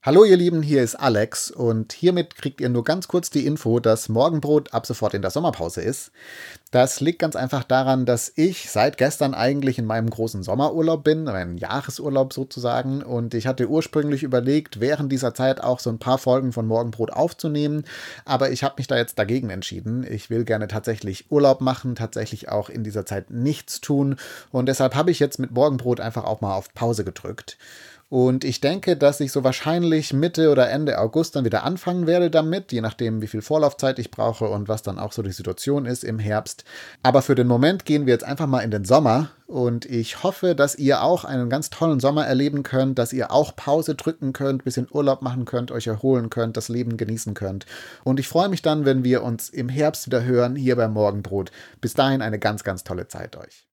Hallo ihr Lieben, hier ist Alex und hiermit kriegt ihr nur ganz kurz die Info, dass Morgenbrot ab sofort in der Sommerpause ist. Das liegt ganz einfach daran, dass ich seit gestern eigentlich in meinem großen Sommerurlaub bin, meinem Jahresurlaub sozusagen, und ich hatte ursprünglich überlegt, während dieser Zeit auch so ein paar Folgen von Morgenbrot aufzunehmen, aber ich habe mich da jetzt dagegen entschieden. Ich will gerne tatsächlich Urlaub machen, tatsächlich auch in dieser Zeit nichts tun, und deshalb habe ich jetzt mit Morgenbrot einfach auch mal auf Pause gedrückt. Und ich denke, dass ich so wahrscheinlich Mitte oder Ende August dann wieder anfangen werde damit, je nachdem, wie viel Vorlaufzeit ich brauche und was dann auch so die Situation ist im Herbst. Aber für den Moment gehen wir jetzt einfach mal in den Sommer und ich hoffe, dass ihr auch einen ganz tollen Sommer erleben könnt, dass ihr auch Pause drücken könnt, bisschen Urlaub machen könnt, euch erholen könnt, das Leben genießen könnt. Und ich freue mich dann, wenn wir uns im Herbst wieder hören, hier beim Morgenbrot. Bis dahin eine ganz, ganz tolle Zeit euch.